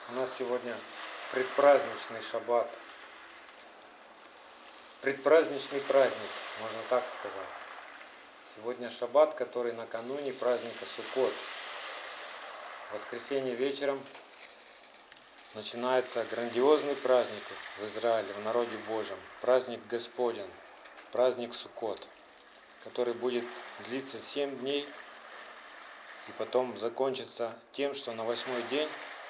У нас сегодня предпраздничный шаббат, предпраздничный праздник, можно так сказать. Сегодня шаббат, который накануне праздника Суккот. В воскресенье вечером начинается грандиозный праздник в Израиле, в народе Божьем. Праздник Господень, праздник Суккот, который будет длиться 7 дней и потом закончится тем, что на 8-й день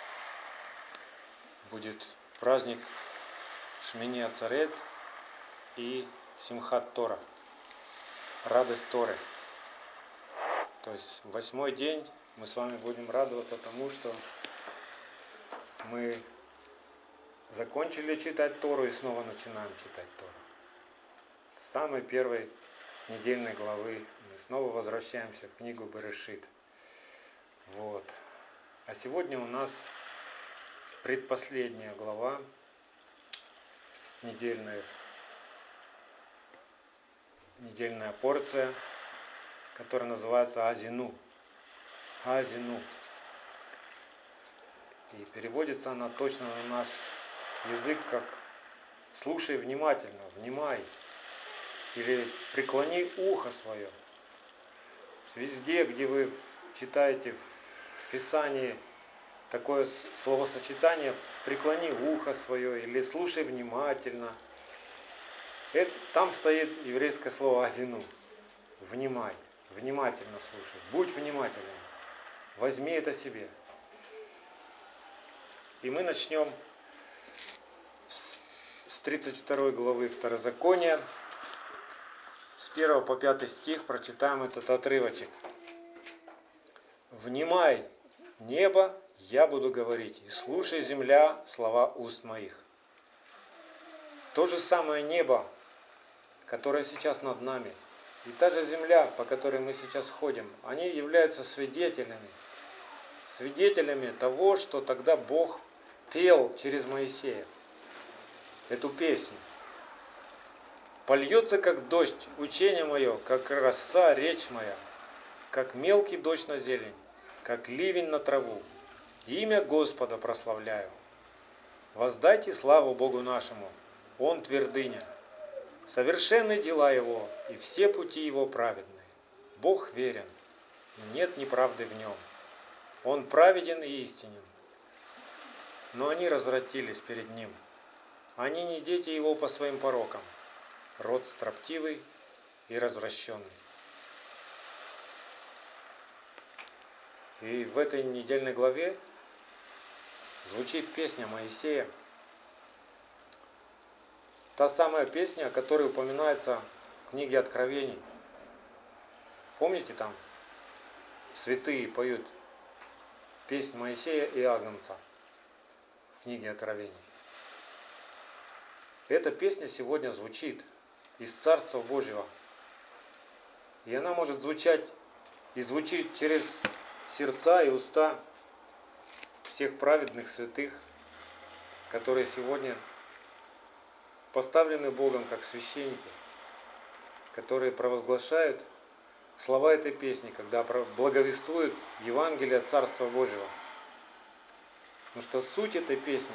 будет праздник Шмини Ацарет и Симхат Тора, радость Торы. То есть в 8-й день мы с вами будем радоваться тому, что мы закончили читать Тору и снова начинаем читать Тору. С самой первой недельной главы мы снова возвращаемся в книгу Берешит. Вот. А сегодня у нас предпоследняя глава, недельная порция, которая называется Азину. Азину. И переводится она точно на наш язык как «слушай внимательно, внимай» или «преклони ухо свое». Везде, где вы читаете в Писании такое словосочетание «преклони ухо свое» или «слушай внимательно», там стоит еврейское слово «азину». Внимай, внимательно слушай, будь внимательным, возьми это себе. И мы начнем с 32 главы Второзакония, с 1 по 5 стих прочитаем этот отрывочек. «Внимай, небо, я буду говорить, и слушай, земля, слова уст моих». То же самое небо, которое сейчас над нами, и та же земля, по которой мы сейчас ходим, они являются свидетелями того, что тогда Бог пел через Моисея эту песню. «Польется, как дождь, учение мое, как роса, речь моя, как мелкий дождь на зелень, как ливень на траву. Имя Господа прославляю. Воздайте славу Богу нашему, Он твердыня. Совершенны дела Его, и все пути Его праведны. Бог верен, и нет неправды в Нем. Он праведен и истинен. Но они развратились перед Ним. Они не дети Его по своим порокам, род строптивый и развращенный». И в этой недельной главе звучит песня Моисея. Та самая песня, о которой упоминается в книге Откровений. Помните, там святые поют песнь Моисея и Агнца в книге Откровений. Эта песня сегодня звучит из Царства Божьего. И она может звучать и звучит через сердца и уста всех праведных святых, которые сегодня поставлены Богом как священники, которые провозглашают слова этой песни, когда благовествуют Евангелие Царства Божьего. Потому что суть этой песни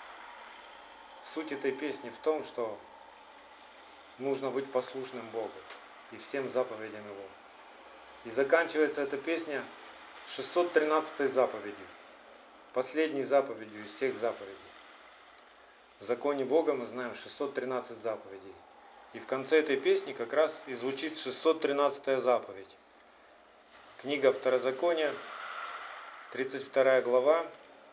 в том, что нужно быть послушным Богу и всем заповедям Его. И заканчивается эта песня 613 заповедью, последней заповедью из всех заповедей. В законе Бога мы знаем 613 заповедей. И в конце этой песни как раз и звучит 613 заповедь. Книга Второзакония, 32 глава,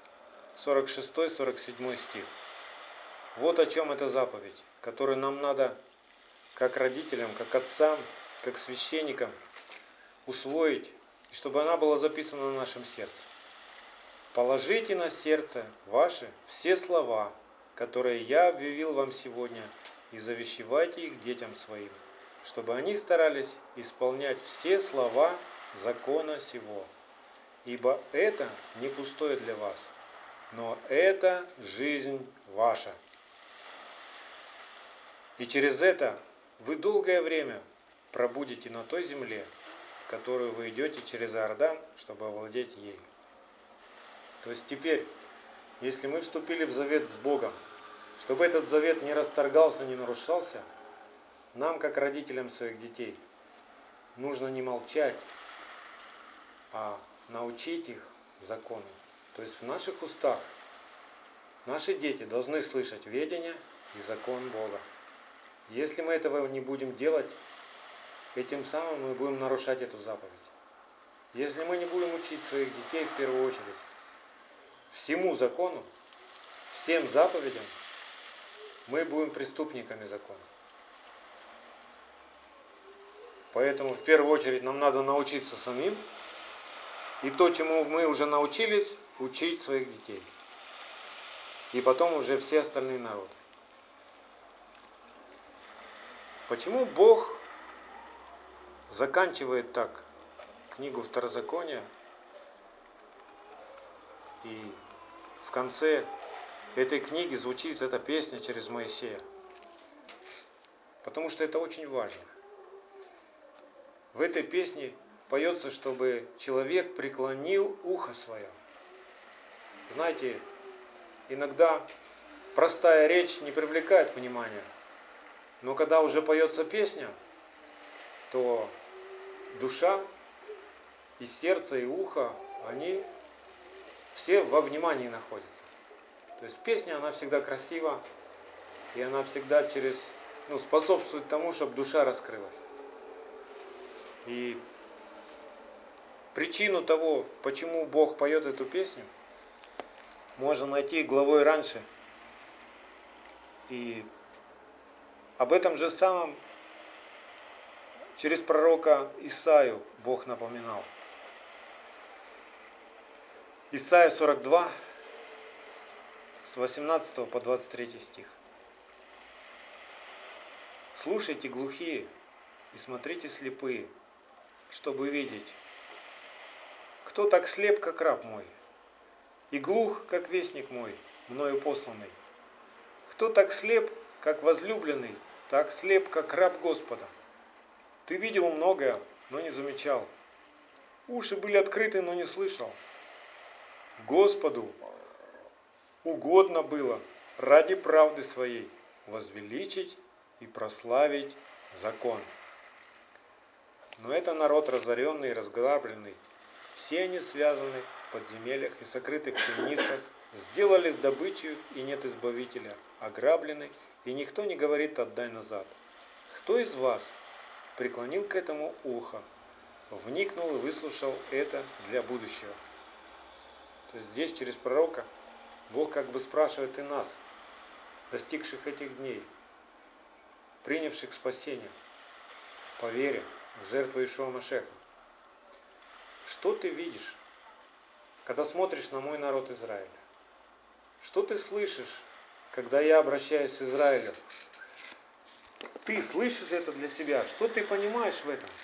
46-47 стих. Вот о чем эта заповедь, которую нам надо, как родителям, как отцам, как священникам, усвоить, и чтобы она была записана на нашем сердце. «Положите на сердце ваше все слова, которые я объявил вам сегодня, и завещевайте их детям своим, чтобы они старались исполнять все слова закона сего. Ибо это не пустое для вас, но это жизнь ваша. И через это вы долгое время пробудете на той земле, в которую вы идете через Иордан, чтобы овладеть ей». То есть теперь если мы вступили в завет с Богом, чтобы этот завет не расторгался, не нарушался, нам, как родителям своих детей, нужно не молчать, а научить их закону. То есть в наших устах наши дети должны слышать ведение и закон Бога. Если мы этого не будем делать, этим самым мы будем нарушать эту заповедь. Если мы не будем учить своих детей в первую очередь всему закону, всем заповедям, мы будем преступниками закона. Поэтому в первую очередь нам надо научиться самим, и то, чему мы уже научились, учить своих детей. И потом уже все остальные народы. Почему Бог заканчивает так книгу Второзакония, и в конце этой книги звучит эта песня через Моисея? Потому что это очень важно. В этой песне поется, чтобы человек преклонил ухо свое. Знаете, иногда простая речь не привлекает внимания, но когда уже поется песня, то душа и сердце, и ухо, они все во внимании находятся. То есть песня, она всегда красива, и она всегда способствует тому, чтобы душа раскрылась. И причину того, почему Бог поет эту песню, можно найти главой раньше. И об этом же самом через пророка Исаию Бог напоминал. Исайя 42, с 18 по 23 стих. «Слушайте, глухие, и смотрите, слепые, чтобы видеть. Кто так слеп, как раб мой, и глух, как вестник мой, мною посланный? Кто так слеп, как возлюбленный, так слеп, как раб Господа? Ты видел многое, но не замечал. Уши были открыты, но не слышал. Господу угодно было ради правды своей возвеличить и прославить закон. Но это народ разоренный и разграбленный. Все они связаны в подземельях и сокрыты в темницах, сделались добычей, и нет избавителя, ограблены, и никто не говорит: отдай назад. Кто из вас преклонил к этому ухо, вникнул и выслушал это для будущего?» То есть здесь через пророка Бог как бы спрашивает и нас, достигших этих дней, принявших спасение по вере в жертву Иешуа Машеха. Что ты видишь, когда смотришь на мой народ Израиля? Что ты слышишь, когда я обращаюсь к Израилю? Ты слышишь это для себя? Что ты понимаешь в этом?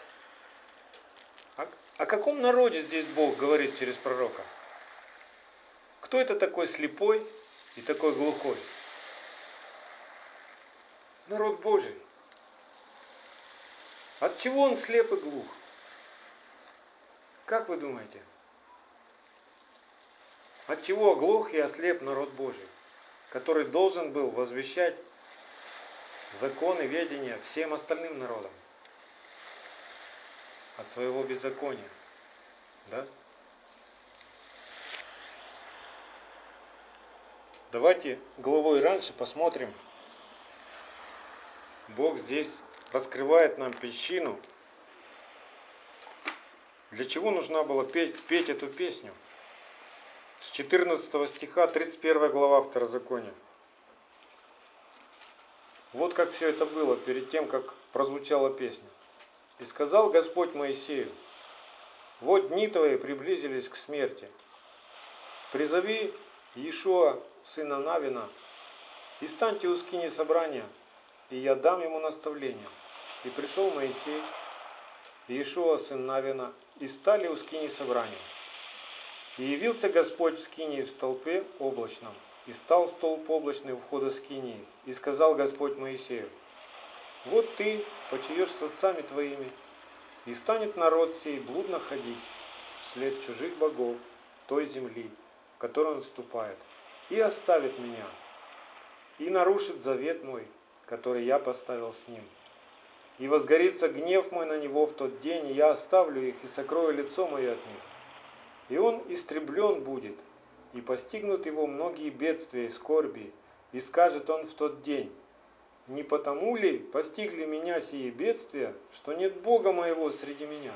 О каком народе здесь Бог говорит через пророка? Кто это такой слепой и такой глухой? Народ Божий. От чего он слеп и глух? Как вы думаете? От чего оглох и ослеп народ Божий, который должен был возвещать законы ведения всем остальным народам? От своего беззакония. Да? Давайте главой раньше посмотрим. Бог здесь раскрывает нам причину, для чего нужна была петь эту песню. С 14 стиха 31 глава Второзакония. Вот как все это было перед тем, как прозвучала песня. «И сказал Господь Моисею: вот дни твои приблизились к смерти. Призови Иешуа, сына Навина, и станьте у скинии собрания, и я дам ему наставление. И пришел Моисей, Иешуа, сын Навина, и стали у скинии собрания. И явился Господь в скинии в столпе облачном, и стал столб облачный у входа скинии, и сказал Господь Моисею: вот ты почиешь с отцами твоими, и станет народ сей блудно ходить вслед чужих богов той земли, который он вступает, и оставит меня, и нарушит завет мой, который я поставил с ним. И возгорится гнев мой на него в тот день, и я оставлю их, и сокрою лицо мое от них. И он истреблен будет, и постигнут его многие бедствия и скорби, и скажет он в тот день: не потому ли постигли меня сие бедствия, что нет Бога моего среди меня?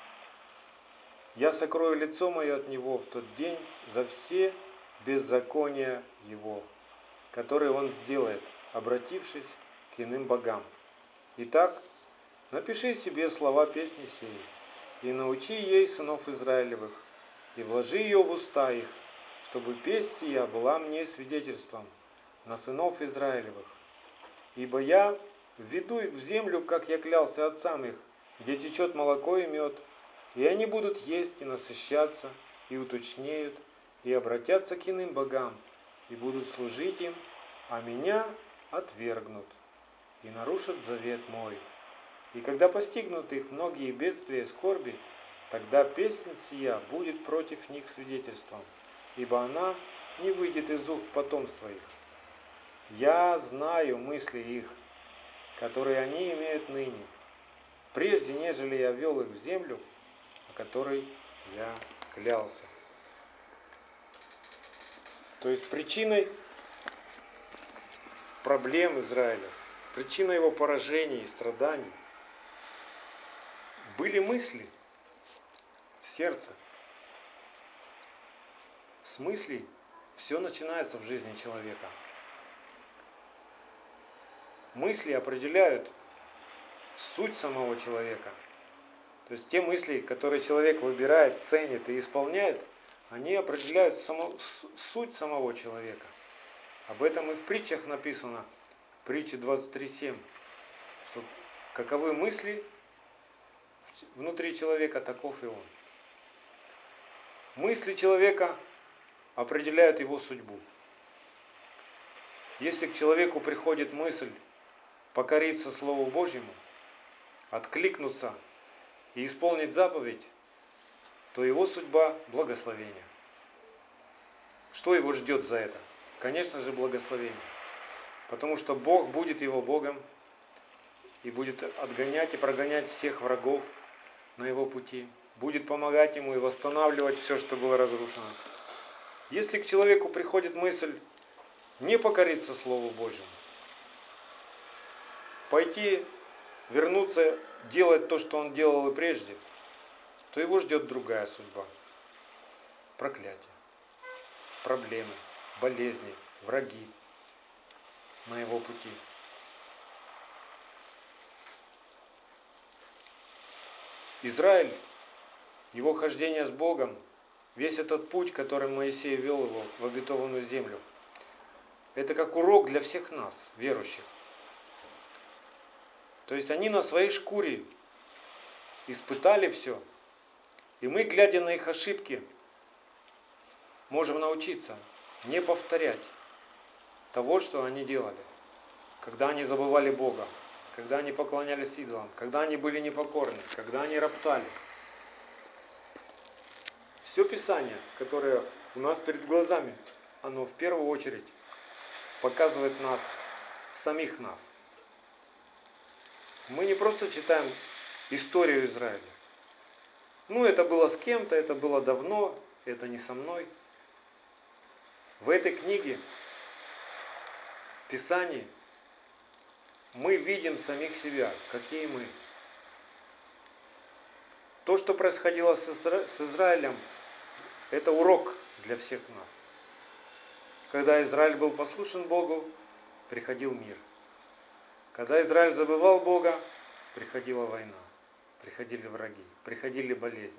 Я сокрою лицо мое от него в тот день за все беззакония его, которые он сделает, обратившись к иным богам. Итак, напиши себе слова песни сей, и научи ей сынов Израилевых, и вложи ее в уста их, чтобы песнь сия была мне свидетельством на сынов Израилевых. Ибо я введу их в землю, как я клялся отцам их, где течет молоко и мед, и они будут есть и насыщаться, и уточнеют, и обратятся к иным богам, и будут служить им, а меня отвергнут, и нарушат завет мой. И когда постигнут их многие бедствия и скорби, тогда песня сия будет против них свидетельством, ибо она не выйдет из уст потомства их. Я знаю мысли их, которые они имеют ныне, прежде нежели я ввел их в землю, о которой я клялся. То есть причиной проблем Израиля, причиной его поражений и страданий были мысли в сердце. С мыслей все начинается в жизни человека. Мысли определяют суть самого человека. То есть те мысли, которые человек выбирает, ценит и исполняет, они определяют суть самого человека. Об этом и в притчах написано, в притче 23:7, что каковы мысли внутри человека, таков и он. Мысли человека определяют его судьбу. Если к человеку приходит мысль покориться Слову Божьему, откликнуться и исполнить заповедь, то его судьба – благословение. Что его ждет за это? Конечно же, благословение. Потому что Бог будет его Богом и будет отгонять и прогонять всех врагов на его пути. Будет помогать ему и восстанавливать все, что было разрушено. Если к человеку приходит мысль не покориться Слову Божьему, пойти, вернуться, делать то, что он делал и прежде, то его ждет другая судьба. Проклятие, проблемы, болезни, враги на его пути. Израиль, его хождение с Богом, весь этот путь, которым Моисей вел его в обетованную землю, это как урок для всех нас, верующих. То есть они на своей шкуре испытали все, и мы, глядя на их ошибки, можем научиться не повторять того, что они делали, когда они забывали Бога, когда они поклонялись идолам, когда они были непокорны, когда они роптали. Все Писание, которое у нас перед глазами, оно в первую очередь показывает нас, самих нас. Мы не просто читаем историю Израиля. Это было с кем-то, это было давно, это не со мной. В этой книге, в Писании, мы видим самих себя, какие мы. То, что происходило с Израилем, это урок для всех нас. Когда Израиль был послушен Богу, приходил мир. Когда Израиль забывал Бога, приходила война, приходили враги, приходили болезни.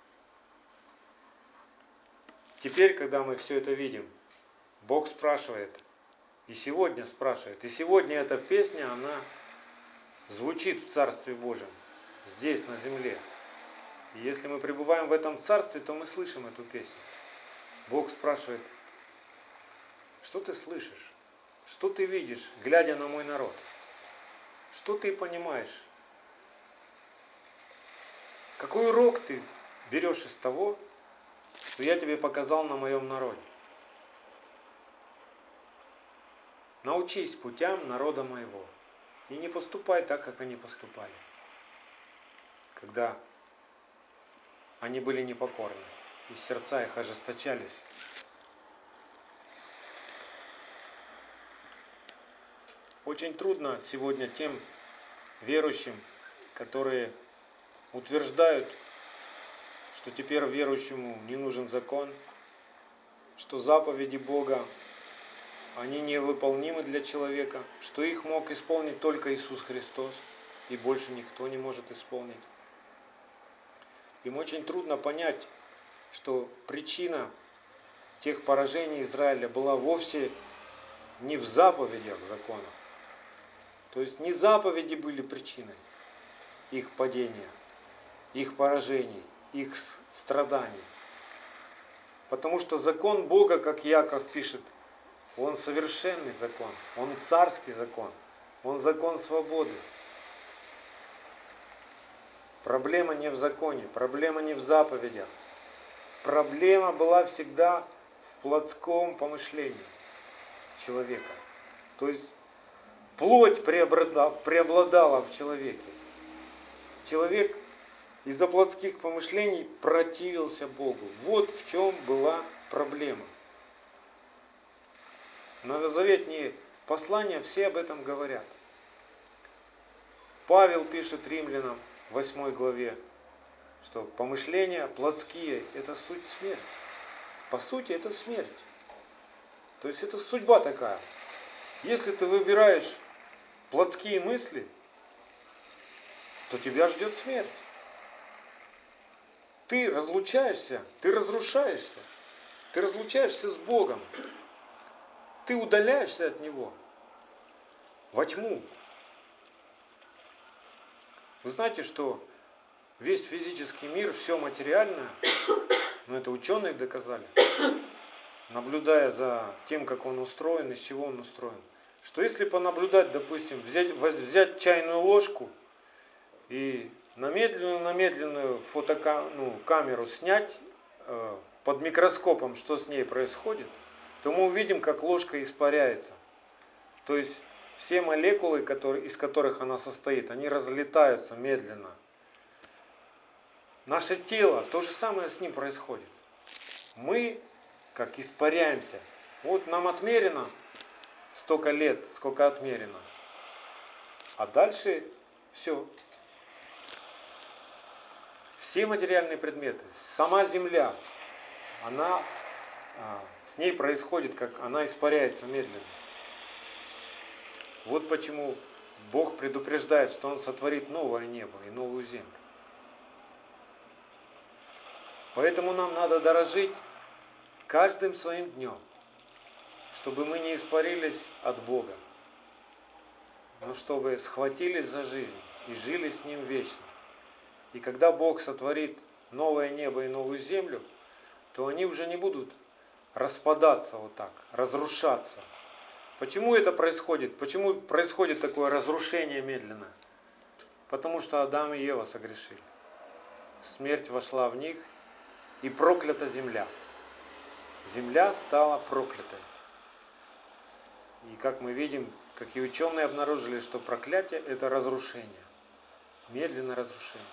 Теперь, когда мы все это видим, Бог спрашивает, и сегодня спрашивает, и сегодня эта песня, она звучит в Царстве Божьем, здесь, на земле. И если мы пребываем в этом Царстве, то мы слышим эту песню. Бог спрашивает, что ты слышишь? Что ты видишь, глядя на мой народ? Что ты понимаешь? Какой урок ты берешь из того, что я тебе показал на моем народе. Научись путям народа моего, и не поступай так, как они поступали, когда они были непокорны, и сердца их ожесточались. Очень трудно сегодня тем верующим, которые утверждают, что теперь верующему не нужен закон, что заповеди Бога, они невыполнимы для человека, что их мог исполнить только Иисус Христос, и больше никто не может исполнить. Им очень трудно понять, что причина тех поражений Израиля была вовсе не в заповедях закона. То есть не заповеди были причиной их падения, их поражений, их страданий. Потому что закон Бога, как Яков пишет, он совершенный закон, он царский закон, он закон свободы. Проблема не в законе, проблема не в заповедях. Проблема была всегда в плотском помышлении человека. То есть плоть преобладала в человеке. Человек из-за плотских помышлений противился Богу. Вот в чем была проблема. Новозаветные послания все об этом говорят. Павел пишет римлянам в 8 главе, что помышления плотские – это суть смерть. По сути, это смерть. То есть это судьба такая. Если ты выбираешь плотские мысли, то тебя ждет смерть. Ты разлучаешься, ты разрушаешься, ты разлучаешься с Богом. Ты удаляешься от Него во тьму. Вы знаете, что весь физический мир, все материальное, но это ученые доказали, наблюдая за тем, как он устроен, из чего он устроен, что если понаблюдать, допустим, взять чайную ложку и на медленную камеру снять под микроскопом, что с ней происходит, то мы увидим, как ложка испаряется. То есть все молекулы, из которых она состоит, они разлетаются медленно. Наше тело, то же самое с ним происходит. Мы как испаряемся. Вот нам отмерено столько лет, сколько отмерено. А дальше все. Все материальные предметы, сама Земля, с ней происходит, как она испаряется медленно. Вот почему Бог предупреждает, что Он сотворит новое небо и новую землю. Поэтому нам надо дорожить каждым своим днем, чтобы мы не испарились от Бога, но чтобы схватились за жизнь и жили с Ним вечно. И когда Бог сотворит новое небо и новую землю, то они уже не будут распадаться вот так, разрушаться. Почему это происходит? Почему происходит такое разрушение медленно? Потому что Адам и Ева согрешили. Смерть вошла в них, и проклята земля. Земля стала проклятой. И как мы видим, как и ученые обнаружили, что проклятие – это разрушение. Медленное разрушение.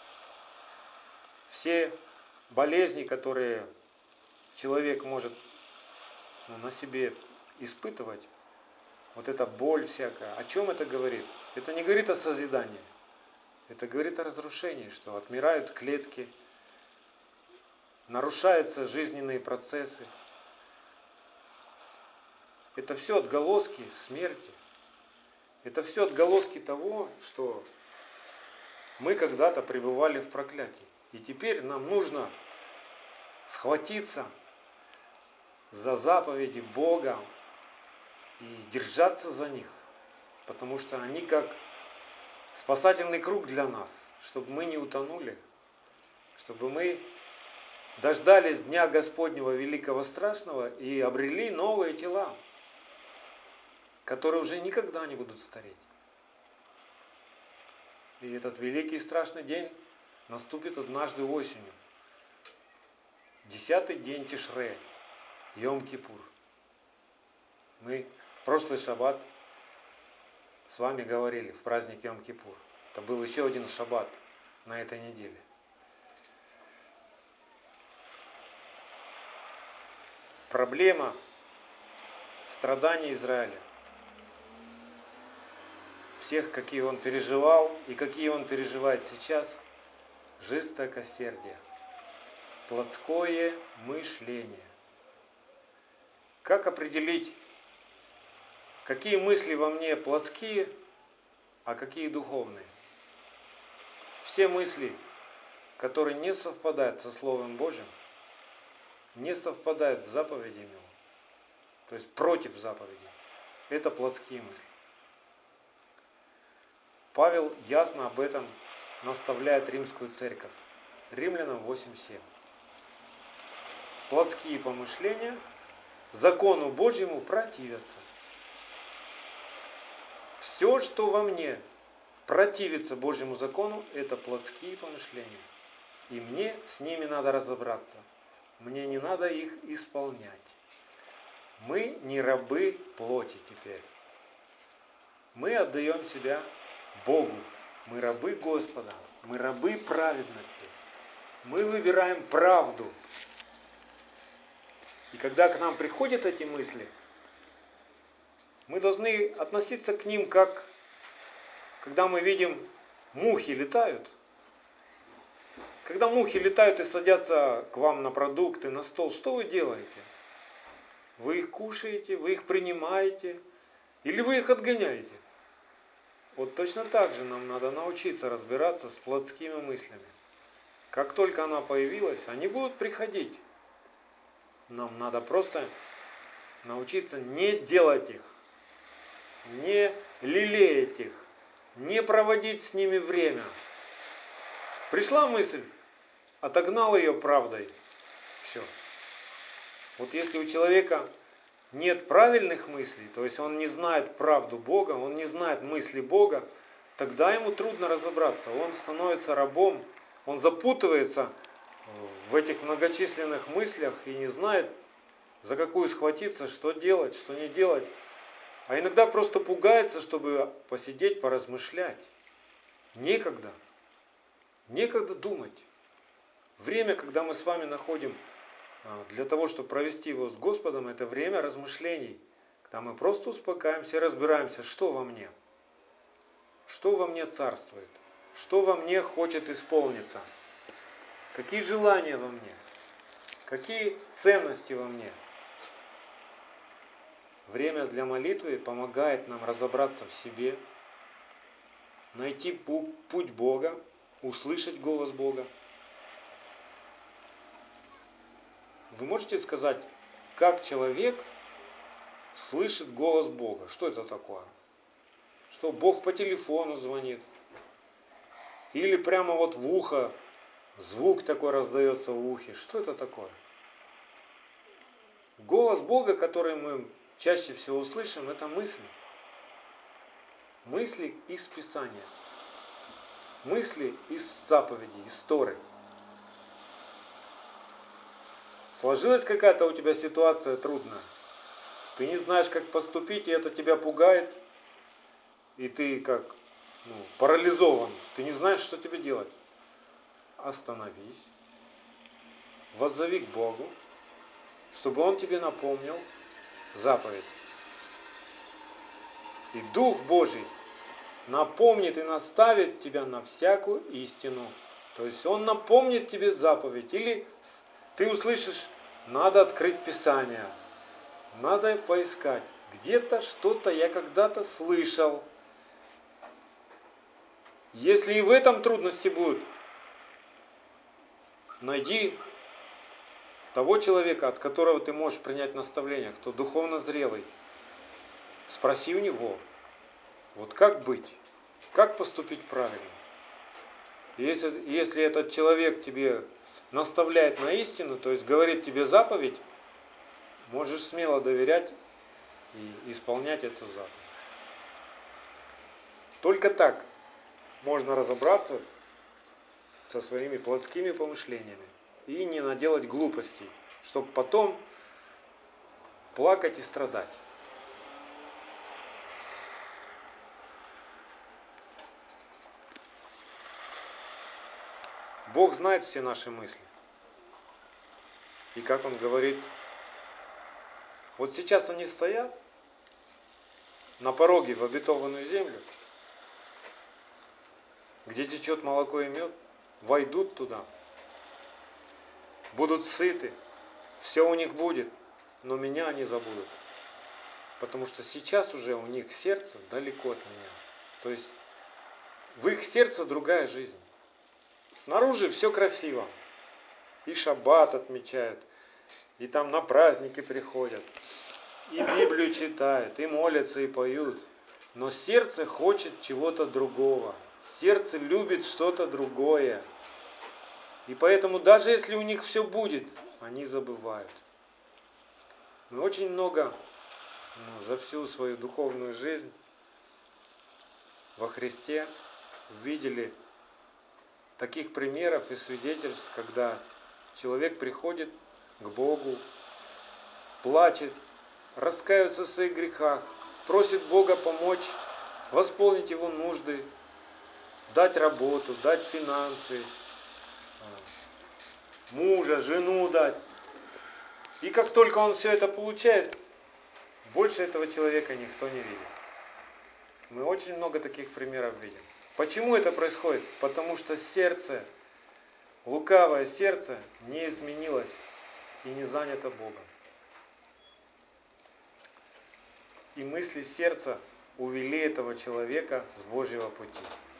Все болезни, которые человек может на себе испытывать, вот эта боль всякая, о чем это говорит? Это не говорит о созидании. Это говорит о разрушении, что отмирают клетки, нарушаются жизненные процессы. Это все отголоски смерти. Это все отголоски того, что мы когда-то пребывали в проклятии. И теперь нам нужно схватиться за заповеди Бога и держаться за них. Потому что они как спасательный круг для нас, чтобы мы не утонули, чтобы мы дождались Дня Господнего Великого Страшного и обрели новые тела, которые уже никогда не будут стареть. И этот великий и страшный день наступит однажды осенью. 10-й день Тишре, Йом-Кипур. Мы в прошлый шаббат с вами говорили в праздник Йом-Кипур. Это был еще один шаббат на этой неделе. Проблема страданий Израиля, всех, какие он переживал и какие он переживает сейчас, жестокосердие, плотское мышление. Как определить, какие мысли во мне плотские, а какие духовные? Все мысли, которые не совпадают со Словом Божьим, не совпадают с заповедями Его, то есть против заповедей, это плотские мысли. Павел ясно об этом наставляет римскую церковь. Римлянам 8:7. Плотские помышления закону Божьему противятся. Все, что во мне противится Божьему закону, это плотские помышления. И мне с ними надо разобраться. Мне не надо их исполнять. Мы не рабы плоти теперь. Мы отдаем себя Богу. Мы рабы Господа. Мы рабы праведности. Мы выбираем правду. И когда к нам приходят эти мысли, мы должны относиться к ним как, когда мы видим, мухи летают. Когда мухи летают и садятся к вам на продукты, на стол, что вы делаете? Вы их кушаете, вы их принимаете, или вы их отгоняете? Вот точно так же нам надо научиться разбираться с плотскими мыслями. Как только она появилась, они будут приходить. Нам надо просто научиться не делать их, не лелеять их, не проводить с ними время. Пришла мысль, отогнал ее правдой. Все. Вот если у человека нет правильных мыслей, то есть он не знает правду Бога, он не знает мысли Бога, тогда ему трудно разобраться. Он становится рабом, он запутывается в этих многочисленных мыслях и не знает, за какую схватиться, что делать, что не делать. А иногда просто пугается, чтобы посидеть, поразмышлять. Некогда. Некогда думать. Время, когда мы с вами находим для того, чтобы провести его с Господом, это время размышлений. Когда мы просто успокаиваемся и разбираемся, что во мне. Что во мне царствует. Что во мне хочет исполниться. Какие желания во мне. Какие ценности во мне. Время для молитвы помогает нам разобраться в себе, найти путь Бога, услышать голос Бога. Вы можете сказать, как человек слышит голос Бога? Что это такое? Что Бог по телефону звонит? Или прямо вот в ухо звук такой раздается в ухе? Что это такое? Голос Бога, который мы чаще всего услышим, это мысли. Мысли из Писания. Мысли из заповедей, из Торы. Сложилась какая-то у тебя ситуация трудная. Ты не знаешь, как поступить, и это тебя пугает. И ты как парализован. Ты не знаешь, что тебе делать. Остановись. Воззови к Богу, чтобы Он тебе напомнил заповедь. И Дух Божий напомнит и наставит тебя на всякую истину. То есть Он напомнит тебе заповедь. Или ты услышишь, надо открыть Писание. Надо поискать. Где-то что-то я когда-то слышал. Если и в этом трудности будут, найди того человека, от которого ты можешь принять наставление, кто духовно зрелый. Спроси у него, вот как быть, как поступить правильно. Если этот человек тебе наставляет на истину, то есть говорит тебе заповедь, можешь смело доверять и исполнять эту заповедь. Только так можно разобраться со своими плотскими помышлениями. и не наделать глупостей, чтобы потом плакать и страдать. Бог знает все наши мысли. И как Он говорит, вот сейчас они стоят на пороге в обетованную землю, где течет молоко и мед, войдут туда, будут сыты, все у них будет, но меня они забудут. Потому что сейчас уже у них сердце далеко от меня. То есть в их сердце другая жизнь. Снаружи все красиво. И шаббат отмечают, и там на праздники приходят, и Библию читают, и молятся, и поют. Но сердце хочет чего-то другого. Сердце любит что-то другое. И поэтому даже если у них все будет, они забывают. Мы очень много за всю свою духовную жизнь во Христе видели таких примеров и свидетельств, когда человек приходит к Богу, плачет, раскаивается в своих грехах, просит Бога помочь, восполнить его нужды, дать работу, дать финансы, мужа, жену дать. И как только он все это получает, больше этого человека никто не видит. Мы очень много таких примеров видим. Почему это происходит? Потому что сердце, лукавое сердце, не изменилось и не занято Богом. И мысли сердца увели этого человека с Божьего пути.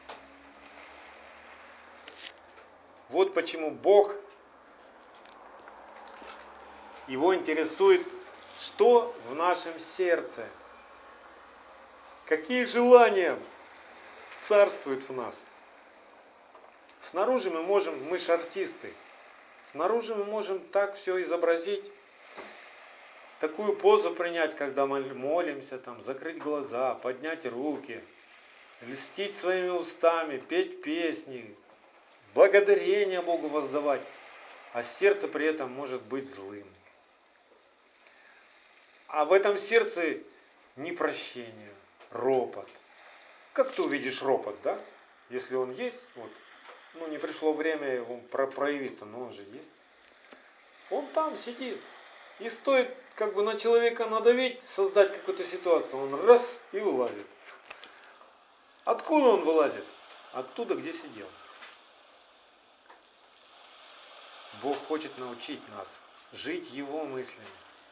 Вот почему Бог, его интересует, что в нашем сердце, какие желания царствуют в нас. Снаружи мы же артисты, снаружи мы можем так все изобразить, такую позу принять, когда мы молимся, там, закрыть глаза, поднять руки, льстить своими устами, петь песни, благодарение Богу воздавать, а сердце при этом может быть злым. А в этом сердце непрощение, ропот. Как ты увидишь ропот, да? Если он есть, вот, не пришло время его проявиться, но он же есть. Он там сидит. И стоит на человека надавить, создать какую-то ситуацию, он раз и вылазит. Откуда он вылазит? Оттуда, где сидел. Бог хочет научить нас жить Его мыслями.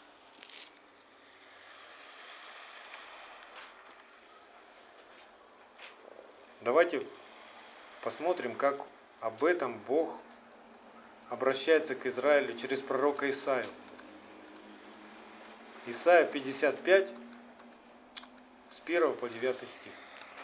Давайте посмотрим, как об этом Бог обращается к Израилю через пророка Исаию. Исайя 55, с 1 по 9 стих.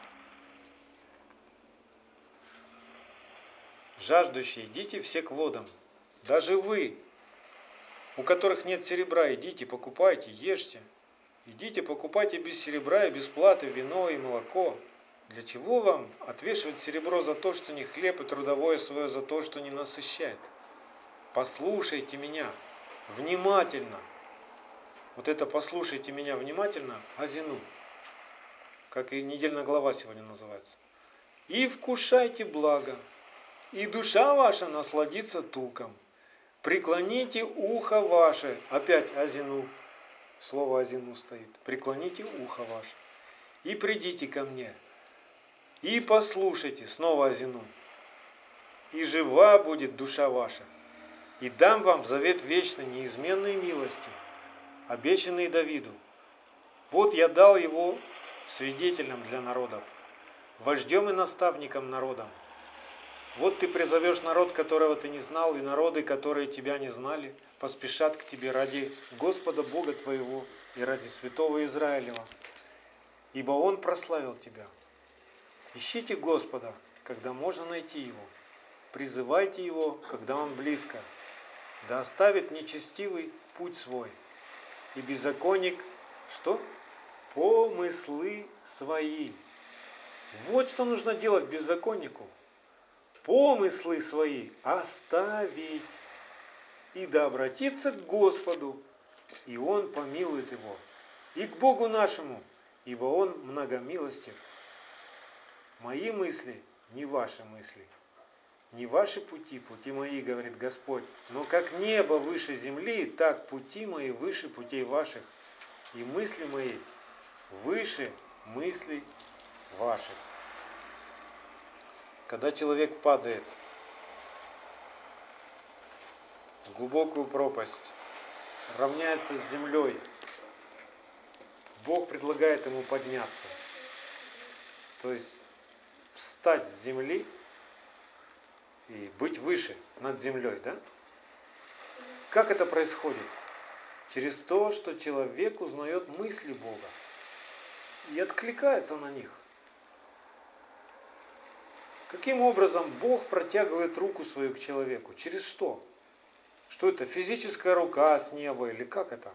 Жаждущие, идите все к водам. Даже вы, у которых нет серебра, идите, покупайте, ешьте. Идите, покупайте без серебра и без платы вино и молоко. Для чего вам отвешивать серебро за то, что не хлеб, и трудовое свое за то, что не насыщает? Послушайте меня внимательно. Вот это послушайте меня внимательно, Азину, как и недельная глава сегодня называется. И вкушайте благо, и душа ваша насладится туком. Преклоните ухо ваше, опять Азину, слово Азину стоит. Преклоните ухо ваше, и придите ко мне, и послушайте, снова Азину, и жива будет душа ваша, и дам вам завет вечной, неизменной милости, обещанный Давиду. Вот я дал его свидетелем для народов, вождем и наставником народам. Вот ты призовешь народ, которого ты не знал, и народы, которые тебя не знали, поспешат к тебе ради Господа Бога твоего и ради святого Израилева, ибо Он прославил тебя. Ищите Господа, когда можно найти Его. Призывайте Его, когда Он близко. Да оставит нечестивый путь свой, и беззаконник, что? Помыслы свои. Вот что нужно делать беззаконнику. Помыслы свои оставить. и да обратится к Господу, и Он помилует его, и к Богу нашему, ибо Он многомилостив. Мои мысли не ваши мысли, не ваши пути, пути мои, говорит Господь. Но как небо выше земли, так пути мои выше путей ваших, и мысли мои выше мыслей ваших. Когда человек падает в глубокую пропасть, равняется с землей, Бог предлагает ему подняться. То есть встать с земли и быть выше над землей, да? Как это происходит? Через то, что человек узнает мысли Бога и откликается на них. Каким образом Бог протягивает руку свою к человеку? Через что? Что это? Физическая рука с неба или как это?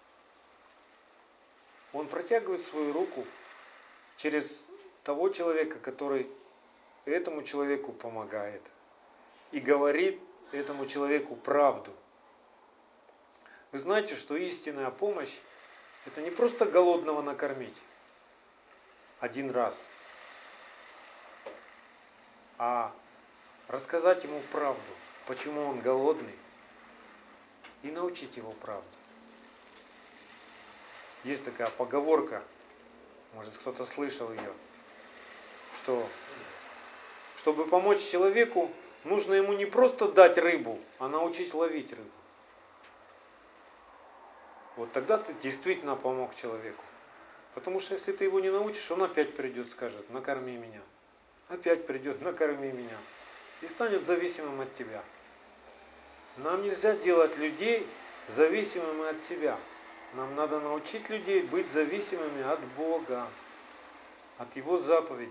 Он протягивает свою руку через того человека, который этому человеку помогает и говорит этому человеку правду. Вы знаете, что истинная помощь – это не просто голодного накормить один раз, а рассказать ему правду, почему он голодный, и научить его правду. Есть такая поговорка, может кто-то слышал ее, что чтобы помочь человеку, нужно ему не просто дать рыбу, а научить ловить рыбу. Вот тогда ты действительно помог человеку. Потому что если ты его не научишь, он опять придет, скажет: накорми меня. Опять придет: накорми меня. И станет зависимым от тебя. Нам нельзя делать людей зависимыми от себя. Нам надо научить людей быть зависимыми от Бога, от Его заповедей.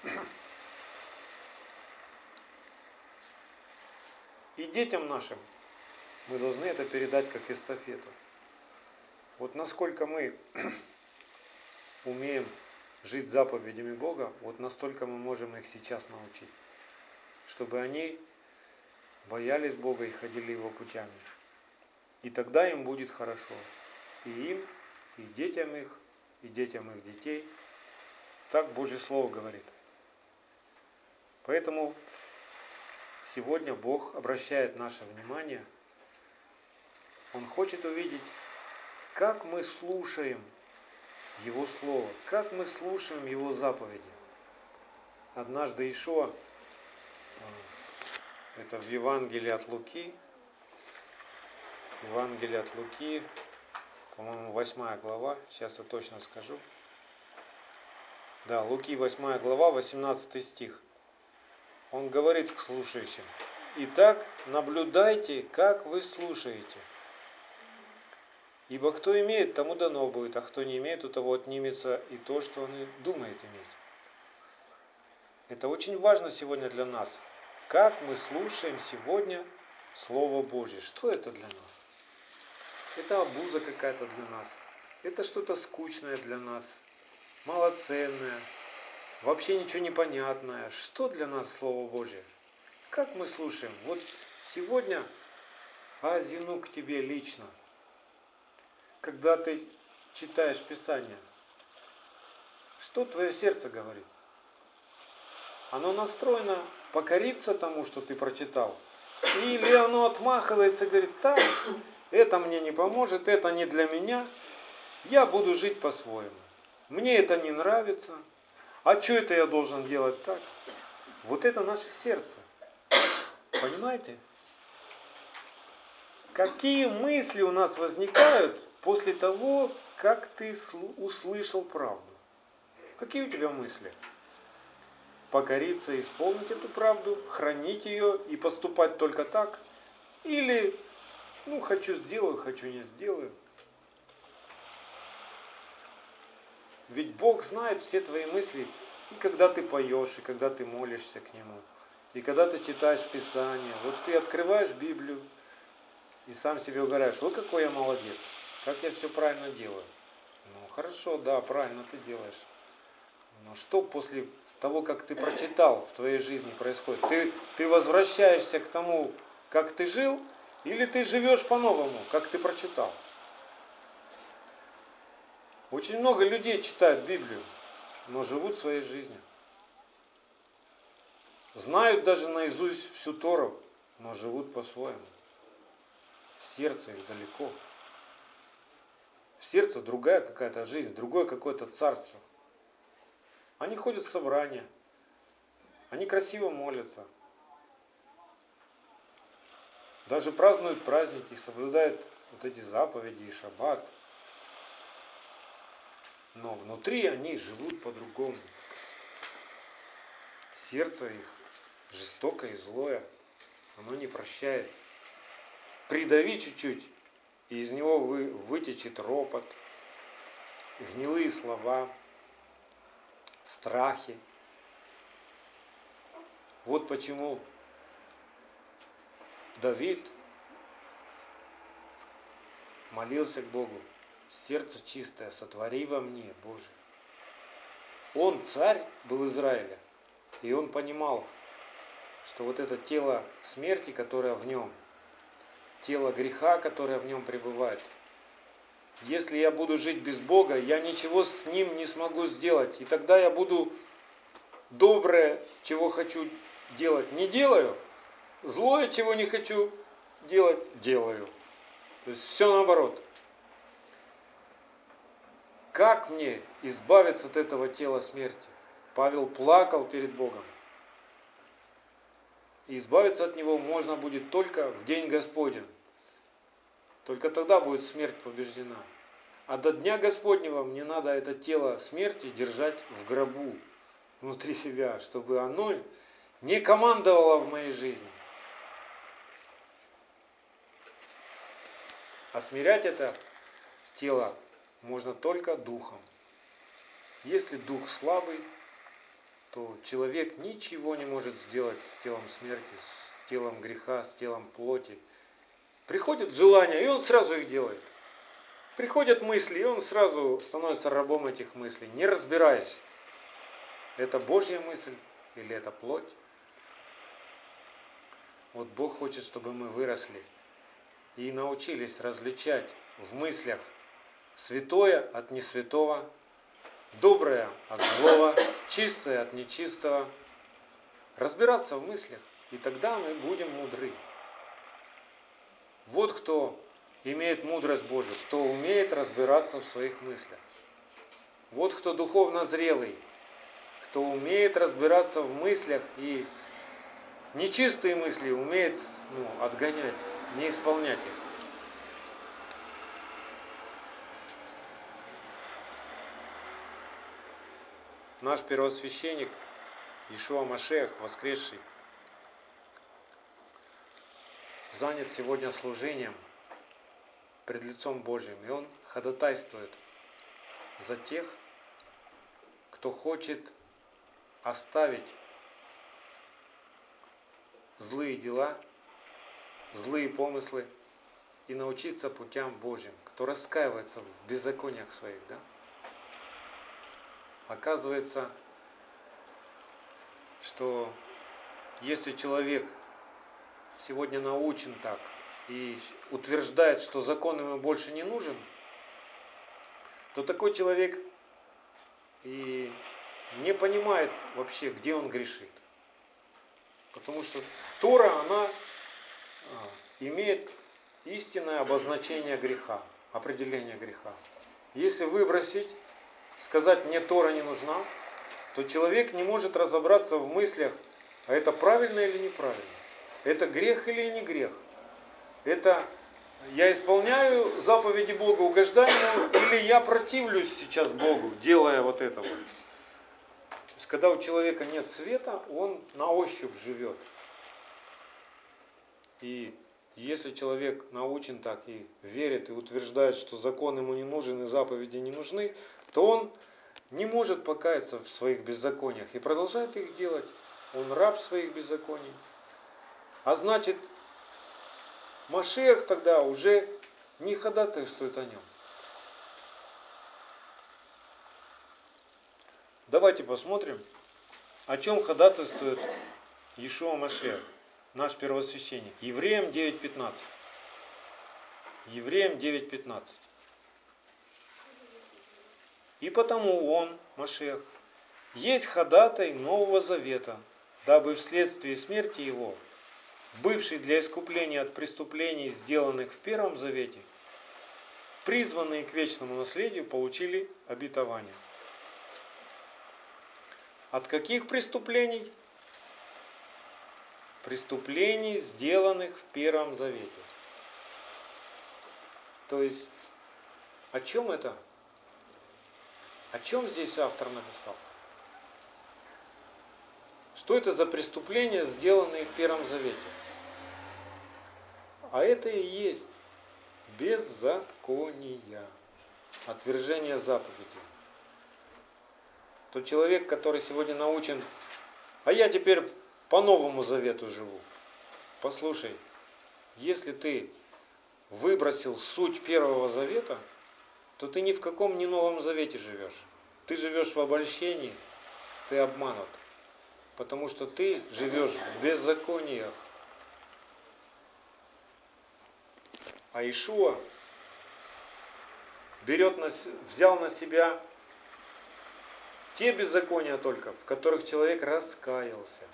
И детям нашим мы должны это передать как эстафету. Вот насколько мы умеем жить заповедями Бога, вот настолько мы можем их сейчас научить. Чтобы они боялись Бога и ходили Его путями. И тогда им будет хорошо. И им, и детям их детей. Так Божье Слово говорит. Поэтому сегодня Бог обращает наше внимание. Он хочет увидеть, как мы слушаем Его Слово, как мы слушаем Его заповеди. Однажды Иешуа, это в Евангелии от Луки, по-моему, 8 глава, сейчас я точно скажу. Да, Луки 8 глава, 18 стих. Он говорит к слушающим: «Итак, наблюдайте, как вы слушаете. Ибо кто имеет, тому дано будет, а кто не имеет, у того отнимется и то, что он и думает иметь». Это очень важно сегодня для нас. Как мы слушаем сегодня Слово Божье? Что это для нас? Это обуза какая-то для нас. Это что-то скучное для нас, малоценное, вообще ничего не понятное. Что для нас Слово Божье? Как мы слушаем? Вот сегодня азину к тебе лично. Когда ты читаешь Писание, что твое сердце говорит? Оно настроено покориться тому, что ты прочитал? Или оно отмахивается и говорит: так, это мне не поможет, это не для меня, я буду жить по-своему. Мне это не нравится, а что это я должен делать так? Вот это наше сердце. Понимаете? Какие мысли у нас возникают после того, как ты услышал правду? Какие у тебя мысли? Покориться, исполнить эту правду, хранить ее и поступать только так? Или, хочу сделаю, хочу не сделаю? Ведь Бог знает все твои мысли, и когда ты поешь, и когда ты молишься к Нему, и когда ты читаешь Писание. Вот ты открываешь Библию и сам себе угораешь: вот какой я молодец, как я все правильно делаю. Хорошо, да, правильно ты делаешь. Но что после того, как ты прочитал, в твоей жизни происходит? Ты возвращаешься к тому, как ты жил, Или ты живешь по-новому, как ты прочитал. Очень много людей читают Библию, но живут своей жизнью. Знают даже наизусть всю Тору, но живут по-своему. Сердце их далеко. В сердце другая какая-то жизнь, другое какое-то царство. Они ходят в собрания, они красиво молятся. Даже празднуют праздники, соблюдают вот эти заповеди и шаббат. Но внутри они живут по-другому. Сердце их жестокое и злое. Оно не прощает. Придави чуть-чуть, и из него вытечет ропот, гнилые слова, страхи. Вот почему Давид молился к Богу: сердце чистое сотвори во мне, Боже. Он царь был Израиля, и он понимал, что вот это тело смерти, которое в нем, тело греха, которое в нем пребывает, если я буду жить без Бога, я ничего с ним не смогу сделать. И тогда я буду доброе, чего хочу делать, не делаю, злое, чего не хочу делать, делаю. То есть все наоборот. Как мне избавиться от этого тела смерти? Павел плакал перед Богом. И избавиться от него можно будет только в день Господень. Только тогда будет смерть побеждена. А до дня Господнего мне надо это тело смерти держать в гробу, внутри себя, чтобы оно не командовало в моей жизни. А смирять это тело можно только духом. Если дух слабый, то человек ничего не может сделать с телом смерти, с телом греха, с телом плоти. Приходят желания, и он сразу их делает. Приходят мысли, и он сразу становится рабом этих мыслей, не разбираясь, это Божья мысль или это плоть. Вот Бог хочет, чтобы мы выросли и научились различать в мыслях святое от несвятого, доброе от злого, чистое от нечистого. Разбираться в мыслях, и тогда мы будем мудры. Вот кто имеет мудрость Божию, кто умеет разбираться в своих мыслях. Вот кто духовно зрелый, кто умеет разбираться в мыслях и нечистые мысли умеет отгонять, не исполнять их. Наш первосвященник Иешуа Машиах, воскресший, занят сегодня служением пред лицом Божьим. И он ходатайствует за тех, кто хочет оставить злые дела, злые помыслы и научиться путям Божьим, кто раскаивается в беззакониях своих. Да? Оказывается, что если человек сегодня научен так и утверждает, что закон ему больше не нужен, то такой человек и не понимает вообще, где он грешит. Потому что Тора, она имеет истинное обозначение греха, определение греха. Если выбросить, сказать «мне Тора не нужна», то человек не может разобраться в мыслях, а это правильно или неправильно. Это грех или не грех. Это я исполняю заповеди Бога, угождаю ему, или я противлюсь сейчас Богу, делая вот это вот. То есть, когда у человека нет света, он на ощупь живет. И если человек научен так и верит, и утверждает, что закон ему не нужен и заповеди не нужны, то он не может покаяться в своих беззакониях и продолжает их делать. Он раб своих беззаконий. А значит, Машиах тогда уже не ходатайствует о нем. Давайте посмотрим, о чем ходатайствует Иешуа Машиах, наш первосвященник. Евреям 9:15. Евреям 9:15. И потому он, Машиах, есть ходатай Нового Завета, дабы вследствие смерти его, бывший для искупления от преступлений, сделанных в Первом Завете, призванные к вечному наследию получили обетование. От каких преступлений? Преступлений, сделанных в Первом Завете. То есть, о чем это? О чем здесь автор написал? Что это за преступления, сделанные в Первом Завете? А это и есть беззакония, отвержение заповедей. Тот человек, который сегодня научен, а я теперь по Новому Завету живу. Послушай, если ты выбросил суть Первого Завета, то ты ни в каком не Новом Завете живешь. Ты живешь в обольщении, ты обманут. Потому что ты живешь в беззакониях. А Иешуа взял на себя те беззакония только, в которых человек раскаялся.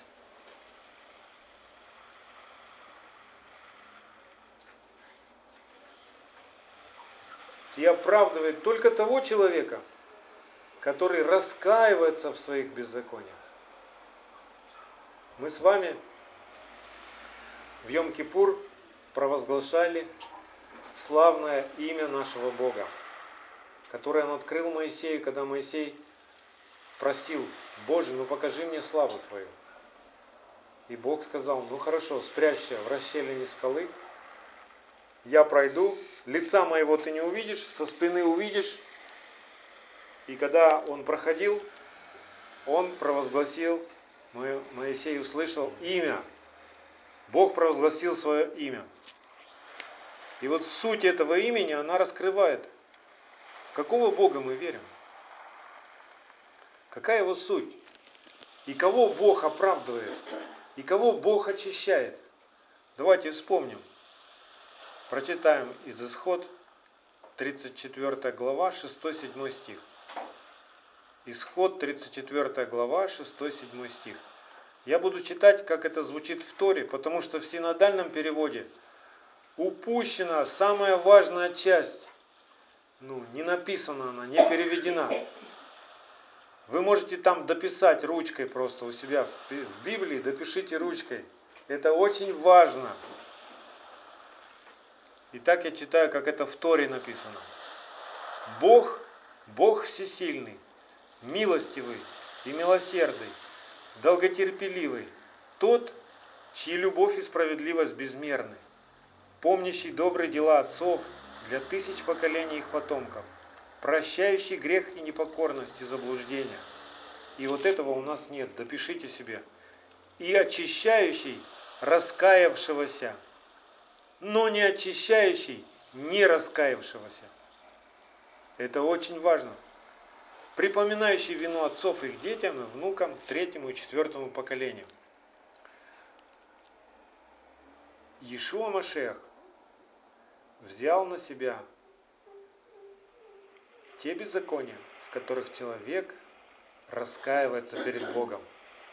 И оправдывает только того человека, который раскаивается в своих беззакониях. Мы с вами в Йом-Кипур провозглашали славное имя нашего Бога, которое Он открыл Моисею, когда Моисей просил: Боже, ну покажи мне славу Твою. И Бог сказал: ну хорошо, спрячься в расщелине скалы, я пройду, лица моего ты не увидишь, со спины увидишь. И когда он проходил, он провозгласил, Моисей услышал имя. Бог провозгласил свое имя. И вот суть этого имени, она раскрывает, в какого Бога мы верим. Какая его суть? И кого Бог оправдывает? И кого Бог очищает? Давайте вспомним. Прочитаем из Исход, 34 глава, 6-7 стих. Исход, 34 глава, 6-7 стих. Я буду читать, как это звучит в Торе, потому что в синодальном переводе упущена самая важная часть. Не написана она, не переведена. Вы можете там дописать ручкой просто у себя в Библии, допишите ручкой. Это очень важно. Итак, я читаю, как это в Торе написано. Бог всесильный, милостивый и милосердный, долготерпеливый, тот, чьи любовь и справедливость безмерны, помнящий добрые дела отцов для тысяч поколений их потомков, прощающий грех и непокорность и заблуждение. И вот этого у нас нет, допишите себе. И очищающий раскаявшегося, но не очищающий не раскаявшегося. Это очень важно. Припоминающий вину отцов их детям и внукам, 3-му и 4-му поколению. Иешуа Машиах взял на себя те беззакония, в которых человек раскаивается перед Богом.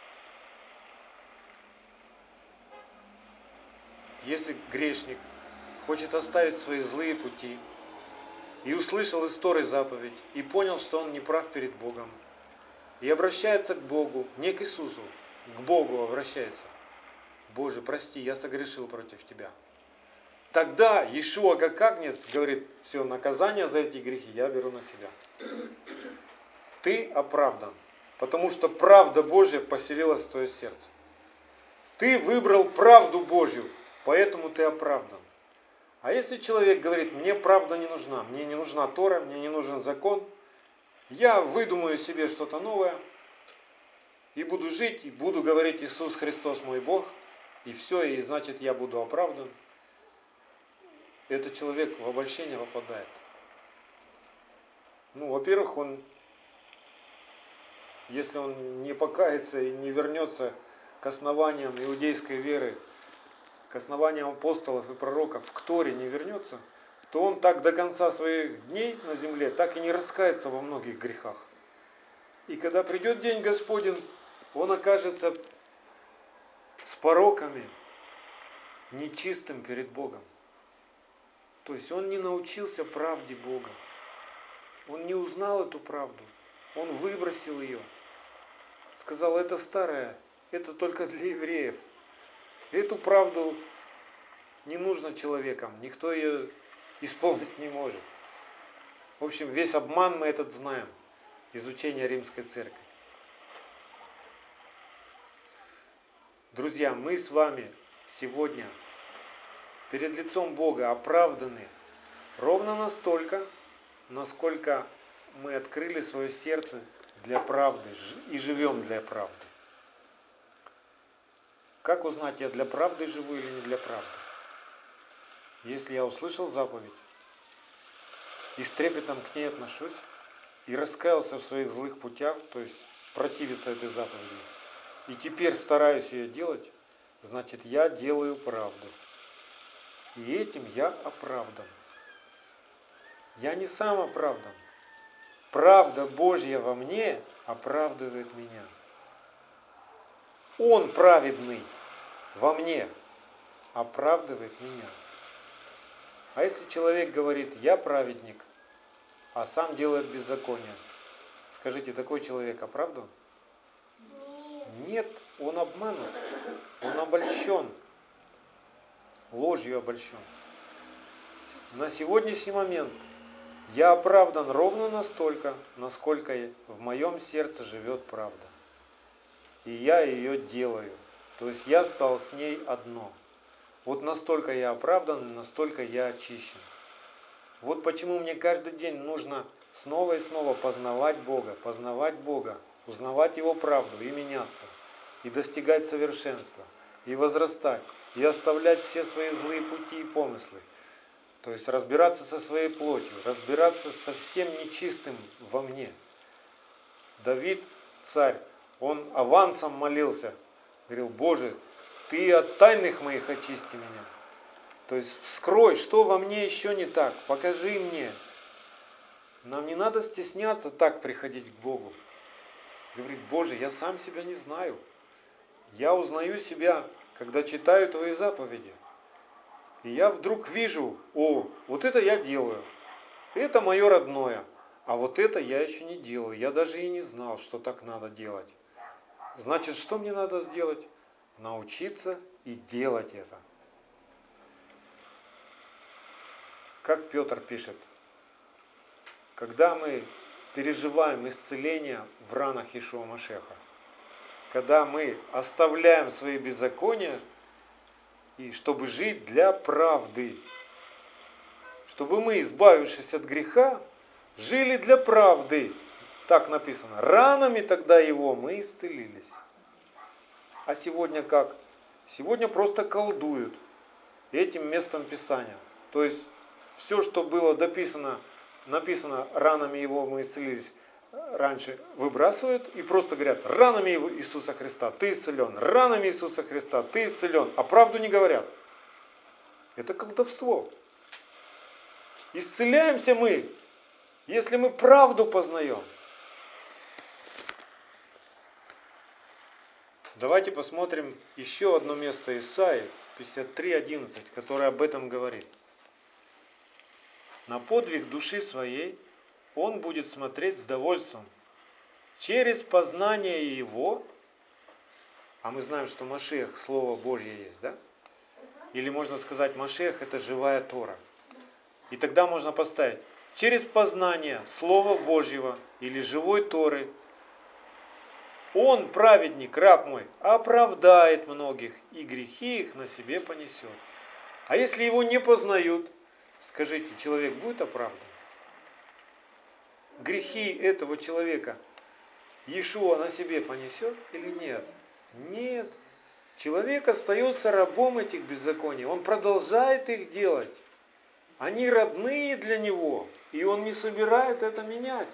Если грешник хочет оставить свои злые пути и услышал из Торы заповедь, и понял, что он не прав перед Богом, и обращается к Богу, не к Иисусу, к Богу обращается: Боже, прости, я согрешил против Тебя. Тогда Иешуа как агнец говорит: все, наказание за эти грехи я беру на себя. Ты оправдан, потому что правда Божья поселилась в твое сердце. Ты выбрал правду Божью, поэтому ты оправдан. А если человек говорит: мне правда не нужна, мне не нужна Тора, мне не нужен закон, я выдумаю себе что-то новое и буду жить, и буду говорить: Иисус Христос мой Бог, и все, и значит я буду оправдан. Этот человек в обольщение попадает. Во-первых, если он не покается и не вернется к основаниям иудейской веры, к основаниям апостолов и пророков, к Торе не вернется, то он так до конца своих дней на земле так и не раскается во многих грехах. И когда придет день Господень, он окажется с пороками, нечистым перед Богом. То есть он не научился правде Бога. Он не узнал эту правду. Он выбросил ее. Сказал, это старое, это только для евреев. Эту правду не нужно человекам. Никто ее исполнить не может. В общем, весь обман мы этот знаем. Изучение Римской Церкви. Друзья, мы с вами сегодня перед лицом Бога оправданы ровно настолько, насколько мы открыли свое сердце для правды и живем для правды. Как узнать, я для правды живу или не для правды? Если я услышал заповедь и с трепетом к ней отношусь, и раскаялся в своих злых путях, то есть противиться этой заповеди, и теперь стараюсь ее делать, значит я делаю правду. И этим я оправдан. Я не сам оправдан. Правда Божья во мне оправдывает меня. Он праведный во мне оправдывает меня. А если человек говорит, я праведник, а сам делает беззаконие, скажите, такой человек оправдан? Нет, он обманут, он обольщен, ложью обольщен. На сегодняшний момент я оправдан ровно настолько, насколько в моем сердце живет правда. И я ее делаю. То есть я стал с ней одно. Вот настолько я оправдан, настолько я очищен. Вот почему мне каждый день нужно снова и снова познавать Бога, узнавать Его правду и меняться, и достигать совершенства, и возрастать, и оставлять все свои злые пути и помыслы. То есть разбираться со своей плотью, разбираться со всем нечистым во мне. Давид, царь, он авансом молился, говорил, Боже, Ты от тайных моих очисти меня. То есть вскрой, что во мне еще не так, покажи мне. Нам не надо стесняться так приходить к Богу. Говорит, Боже, я сам себя не знаю. Я узнаю себя, когда читаю Твои заповеди. И я вдруг вижу, вот это я делаю. Это мое родное. А вот это я еще не делаю. Я даже и не знал, что так надо делать. Значит, что мне надо сделать? Научиться и делать это. Как Петр пишет, когда мы переживаем исцеление в ранах Иешуа Машеха, когда мы оставляем свои беззакония, и чтобы жить для правды, чтобы мы, избавившись от греха, жили для правды. Так написано. Ранами тогда его мы исцелились. А сегодня как? Сегодня просто колдуют этим местом Писания. То есть все, что было написано, ранами его мы исцелились, раньше выбрасывают и просто говорят, ранами Иисуса Христа ты исцелен, ранами Иисуса Христа ты исцелен, а правду не говорят. Это колдовство. Исцеляемся мы, если мы правду познаем. Давайте посмотрим еще одно место Исаии 53:11, которое об этом говорит. На подвиг души своей он будет смотреть с довольством. Через познание его, а мы знаем, что Машиах, Слово Божье есть, да? Или можно сказать, Машиах это живая Тора. И тогда можно поставить, через познание Слова Божьего или живой Торы, он, праведник, раб мой, оправдает многих, и грехи их на себе понесет. А если его не познают, скажите, человек будет оправдан? Грехи этого человека Иешуа на себе понесет или нет? Нет. Человек остается рабом этих беззаконий. Он продолжает их делать. Они родные для него. И он не собирает это менять.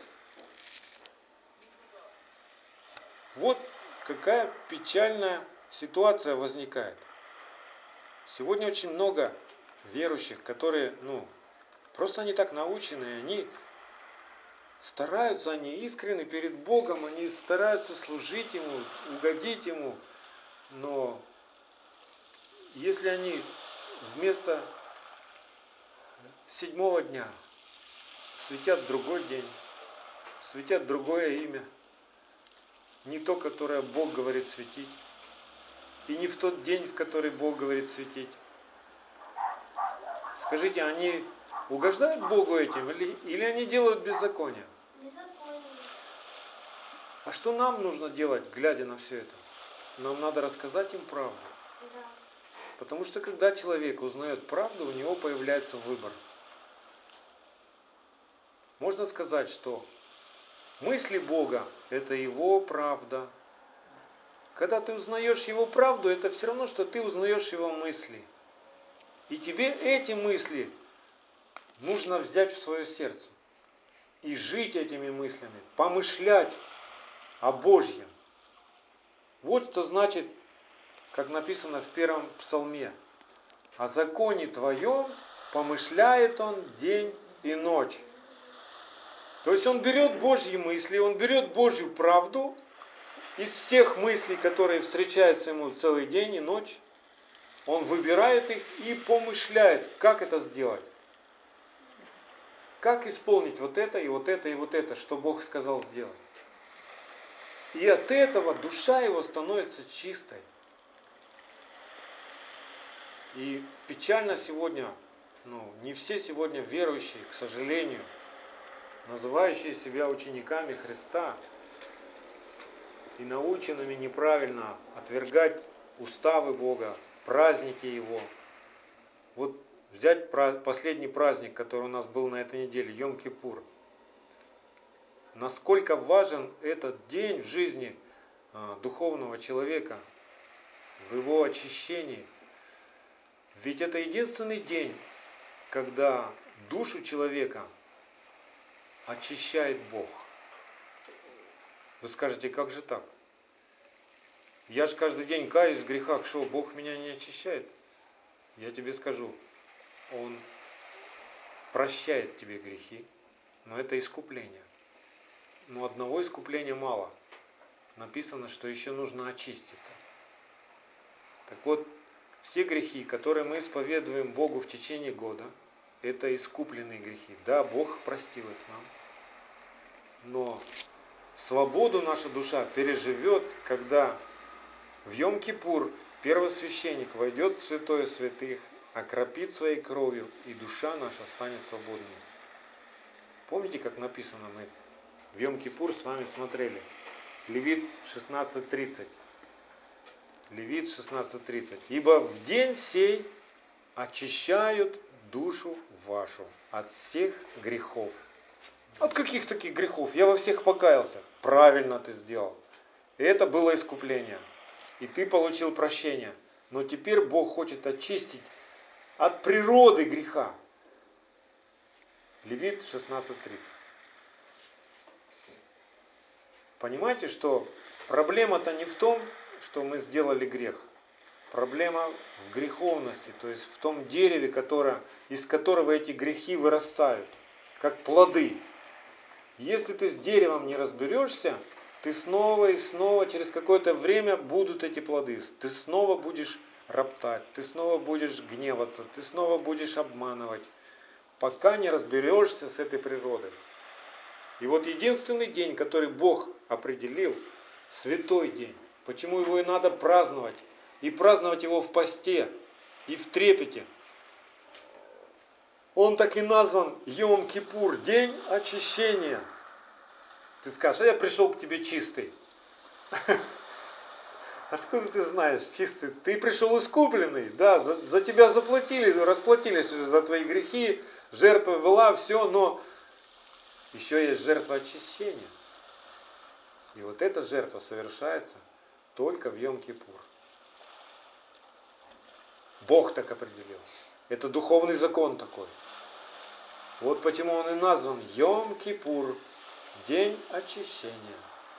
Вот какая печальная ситуация возникает. Сегодня очень много верующих, которые Просто они так научены, они стараются, они искренны перед Богом, они стараются служить Ему, угодить Ему. Но если они вместо 7-го дня светят другой день, светят другое имя, не то, которое Бог говорит светить, и не в тот день, в который Бог говорит светить, скажите, они угождают Богу этим или они делают беззаконие? Беззаконие. А что нам нужно делать, глядя на все это? Нам надо рассказать им правду. Да. Потому что когда человек узнает правду, у него появляется выбор. Можно сказать, что мысли Бога – это Его правда. Когда ты узнаешь Его правду, это все равно, что ты узнаешь Его мысли. И тебе эти мысли нужно взять в свое сердце. И жить этими мыслями, помышлять о Божьем. Вот что значит, как написано в первом псалме. О законе Твоем помышляет он день и ночь. То есть он берет Божьи мысли, он берет Божью правду из всех мыслей, которые встречаются ему целый день и ночь. Он выбирает их и помышляет, как это сделать. Как исполнить вот это и вот это и вот это, что Бог сказал сделать. И от этого душа его становится чистой. И печально сегодня, не все сегодня верующие, к сожалению, называющие себя учениками Христа и наученными неправильно отвергать уставы Бога, праздники Его. Вот взять последний праздник, который у нас был на этой неделе, Йом-Кипур. Насколько важен этот день в жизни духовного человека, в его очищении. Ведь это единственный день, когда душу человека очищает Бог. Вы скажете, как же так? Я же каждый день каюсь в грехах, что Бог меня не очищает? Я тебе скажу, Он прощает тебе грехи, но это искупление. Но одного искупления мало. Написано, что еще нужно очиститься. Так вот, все грехи, которые мы исповедуем Богу в течение года, это искупленные грехи. Да, Бог простил их нам. Но свободу наша душа переживет, когда в Йом-Кипур первосвященник войдет в святое святых, окропит своей кровью, и душа наша станет свободной. Помните, как написано, мы в Йом-Кипур с вами смотрели? Левит 16:30. Левит 16:30. Ибо в день сей очищают душу вашу от всех грехов. От каких таких грехов? Я во всех покаялся. Правильно ты сделал. Это было искупление. И ты получил прощение. Но теперь Бог хочет очистить от природы греха. Левит 16:30. Понимаете, что проблема-то не в том, что мы сделали грех. Проблема в греховности, то есть в том дереве, из которого эти грехи вырастают, как плоды. Если ты с деревом не разберешься, ты снова и снова, через какое-то время будут эти плоды. Ты снова будешь роптать, ты снова будешь гневаться, ты снова будешь обманывать, пока не разберешься с этой природой. И вот единственный день, который Бог определил, святой день. Почему его и надо праздновать? И праздновать его в посте, и в трепете. Он так и назван Йом-Кипур, день очищения. Ты скажешь, а я пришел к тебе чистый. Откуда ты знаешь, чистый? Ты пришел искупленный, да, за тебя заплатили, расплатились уже за твои грехи, жертва была, все, но еще есть жертва очищения. И вот эта жертва совершается только в Йом-Кипур. Бог так определил. Это духовный закон такой. Вот почему он и назван Йом-Кипур, день очищения.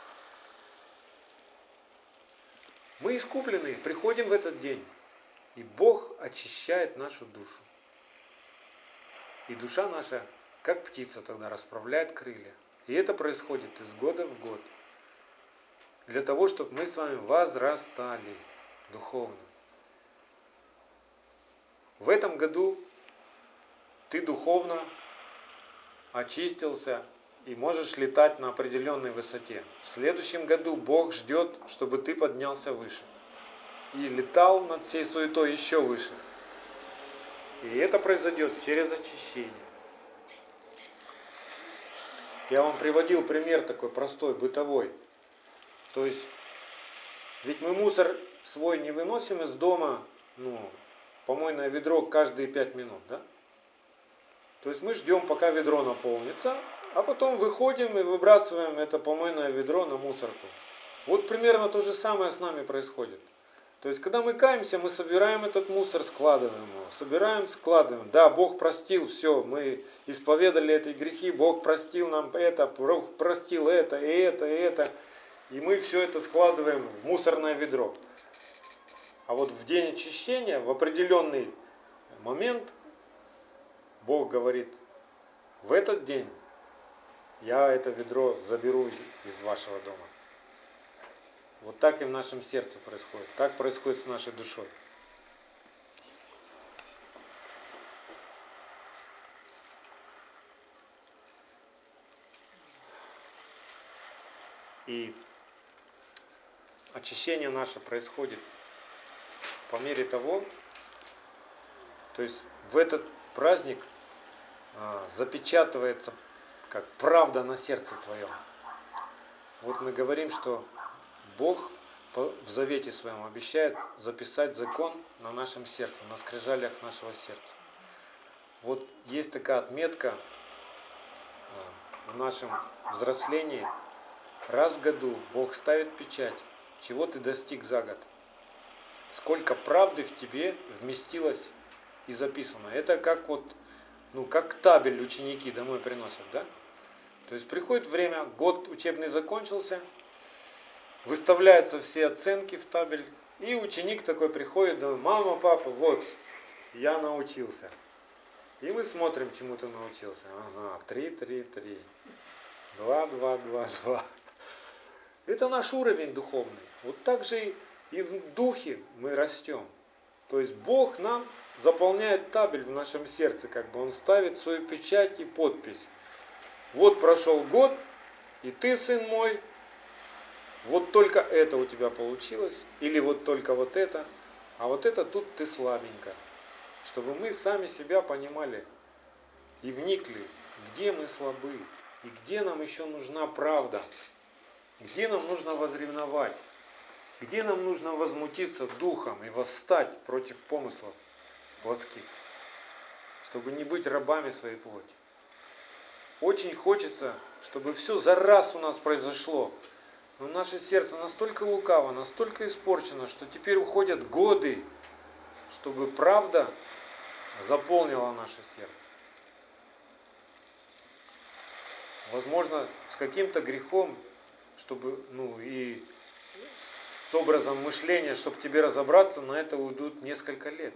Мы искуплены, приходим в этот день, и Бог очищает нашу душу. И душа наша, как птица, тогда расправляет крылья. И это происходит из года в год. Для того, чтобы мы с вами возрастали духовно. В этом году ты духовно очистился и можешь летать на определенной высоте. В следующем году Бог ждет, чтобы ты поднялся выше. И летал над всей суетой еще выше. И это произойдет через очищение. Я вам приводил пример такой простой, бытовой. То есть, ведь мы мусор свой не выносим из дома, помойное ведро каждые 5 минут, да? То есть мы ждем, пока ведро наполнится, а потом выходим и выбрасываем это помойное ведро на мусорку. Вот примерно то же самое с нами происходит. То есть, когда мы каемся, мы собираем этот мусор, складываем его. Собираем, складываем. Да, Бог простил, все, мы исповедали эти грехи, Бог простил нам это, Бог простил это, и это, и это. И мы все это складываем в мусорное ведро. А вот в день очищения, в определенный момент, Бог говорит, в этот день я это ведро заберу из вашего дома. Вот так и в нашем сердце происходит. Так происходит с нашей душой. И очищение наше происходит по мере того, то есть в этот праздник запечатывается как правда на сердце твоем. Вот мы говорим, что Бог в завете своем обещает записать закон на нашем сердце, на скрижалях нашего сердца. Вот есть такая отметка в нашем взрослении. Раз в году Бог ставит печать, чего ты достиг за год. Сколько правды в тебе вместилось и записано. Это как как табель ученики домой приносят, да? То есть приходит время, год учебный закончился, выставляются все оценки в табель, и ученик такой приходит, думает, мама, папа, вот, я научился. И мы смотрим, чему ты научился. Ага, 3, 3, 3, 2, 2, 2, 2. Это наш уровень духовный. Вот так же и в духе мы растем. То есть Бог нам заполняет табель в нашем сердце, Он ставит свою печать и подпись. Вот прошел год, и ты, сын мой, вот только это у тебя получилось, или вот только вот это, а вот это тут ты слабенько. Чтобы мы сами себя понимали и вникли, где мы слабы, и где нам еще нужна правда, где нам нужно возревновать, где нам нужно возмутиться духом и восстать против помыслов плотских, чтобы не быть рабами своей плоти. Очень хочется, чтобы все за раз у нас произошло. Но наше сердце настолько лукаво, настолько испорчено, что теперь уходят годы, чтобы правда заполнила наше сердце. Возможно, с каким-то грехом, чтобы, и с образом мышления, чтобы тебе разобраться, на это уйдут несколько лет.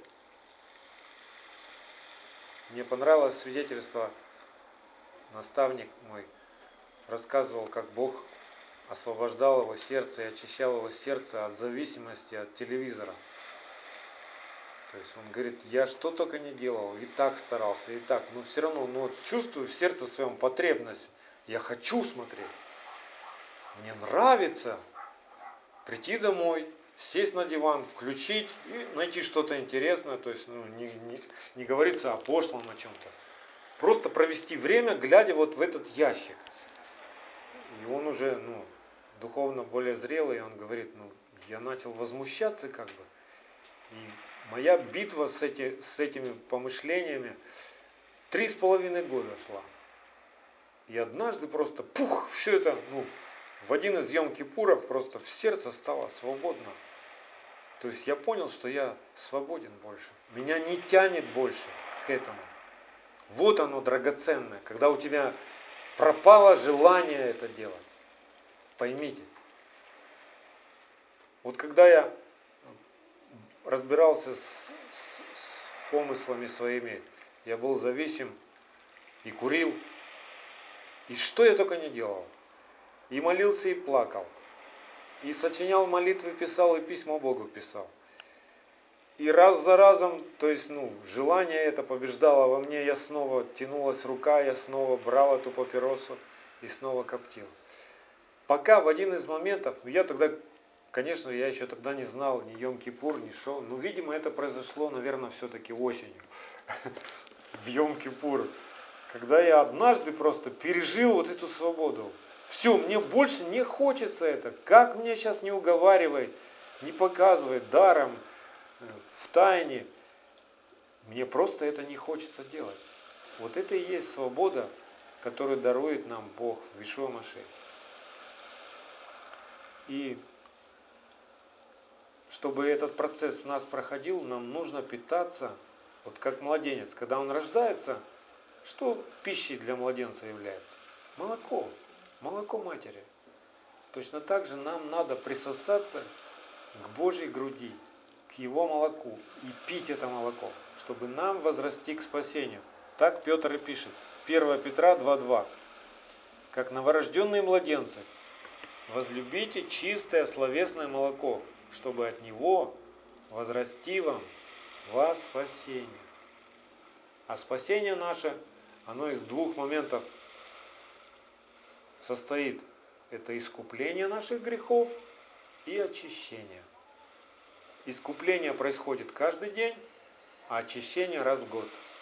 Мне понравилось свидетельство, наставник мой рассказывал, как Бог освобождал его сердце и очищал его сердце от зависимости от телевизора. То есть он говорит, я что только не делал, и так старался, и так, но все равно, чувствую в сердце своем потребность, я хочу смотреть. Мне нравится прийти домой, сесть на диван, включить и найти что-то интересное, то есть не говорится о пошлом о чем-то. Просто провести время, глядя вот в этот ящик. И он уже, духовно более зрелый, он говорит, я начал возмущаться И моя битва с этими помышлениями 3,5 года шла. И однажды просто, все это, в один из Йом-Кипуров просто в сердце стало свободно. То есть я понял, что я свободен больше. Меня не тянет больше к этому. Вот оно драгоценное, когда у тебя пропало желание это делать. Поймите. Вот когда я разбирался с помыслами своими, я был зависим и курил, и что я только не делал. И молился, и плакал, и сочинял молитвы, писал, и письма Богу писал. И раз за разом, то есть, желание это побеждало во мне, я снова тянулась рука, я снова брал эту папиросу и снова коптил. Пока в один из моментов, я тогда, конечно, я еще тогда не знал ни Йом-Кипур, ни шо, но, видимо, это произошло, наверное, все-таки осенью, в Йом-Кипур, когда я однажды просто пережил вот эту свободу. Все, мне больше не хочется это, как мне сейчас не уговаривай, не показывай даром, в тайне, мне просто это не хочется делать. Вот это и есть свобода, которую дарует нам Бог в Иешуа Машиахе. И чтобы этот процесс в нас проходил, нам нужно питаться, вот как младенец, когда он рождается, что пищей для младенца является? Молоко, молоко матери. Точно так же нам надо присосаться к Божьей груди, к Его молоку и пить это молоко, чтобы нам возрасти к спасению. Так Петр и пишет, 1 Петра 2:2. Как новорожденные младенцы, возлюбите чистое словесное молоко, чтобы от него возрасти вам во спасение. А спасение наше, оно из двух моментов состоит. Это искупление наших грехов и очищение. Искупление происходит каждый день, а очищение раз в год.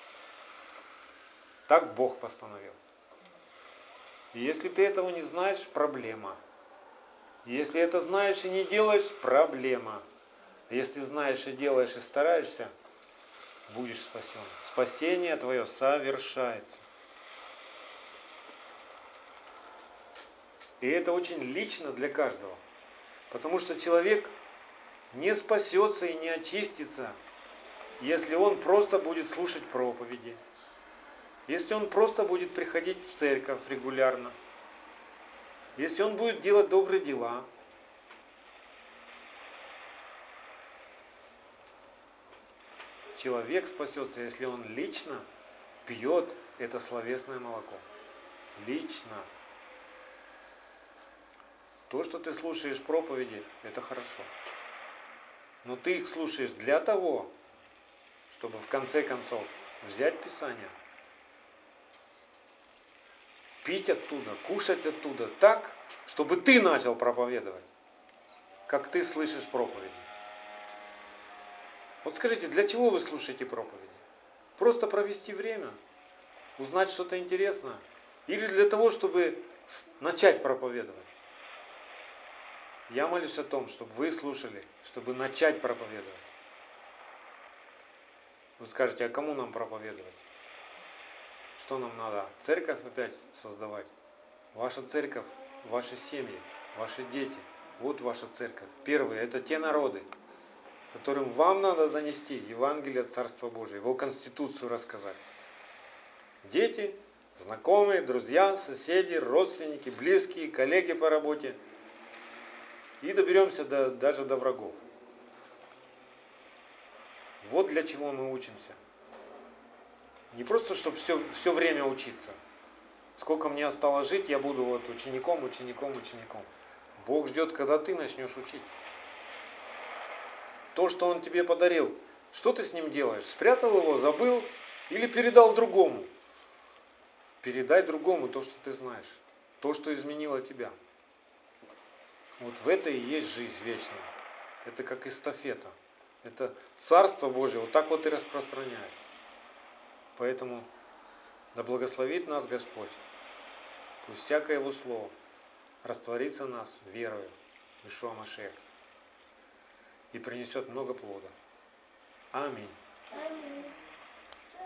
Так Бог постановил. И если ты этого не знаешь, проблема. Если это знаешь и не делаешь, проблема. Если знаешь и делаешь и стараешься, будешь спасен. Спасение твое совершается. И это очень лично для каждого. Потому что человек не спасется и не очистится, если он просто будет слушать проповеди. Если он просто будет приходить в церковь регулярно. Если он будет делать добрые дела. Человек спасется, если он лично пьет это словесное молоко. Лично. То, что ты слушаешь проповеди, это хорошо. Но ты их слушаешь для того, чтобы в конце концов взять Писание, пить оттуда, кушать оттуда так, чтобы ты начал проповедовать, как ты слышишь проповеди. Вот скажите, для чего вы слушаете проповеди? Просто провести время? Узнать что-то интересное? Или для того, чтобы начать проповедовать? Я молюсь о том, чтобы вы слушали, чтобы начать проповедовать. Вы скажете, а кому нам проповедовать? Что нам надо? Церковь опять создавать? Ваша церковь, ваши семьи, ваши дети. Вот ваша церковь. Первые, это те народы, которым вам надо донести Евангелие Царства Божия, его конституцию рассказать. Дети, знакомые, друзья, соседи, родственники, близкие, коллеги по работе. И доберемся даже до врагов. Вот для чего мы учимся. Не просто, чтобы все время учиться. Сколько мне осталось жить, я буду вот учеником. Бог ждет, когда ты начнешь учить. То, что Он тебе подарил, что ты с ним делаешь? Спрятал его, забыл или передал другому? Передай другому то, что ты знаешь. То, что изменило тебя. Вот в это и есть жизнь вечная. Это как эстафета. Это Царство Божие вот так вот и распространяется. Поэтому да благословит нас Господь. Пусть всякое Его Слово растворится в нас верою в Иешуа Машиахе и принесет много плода. Аминь.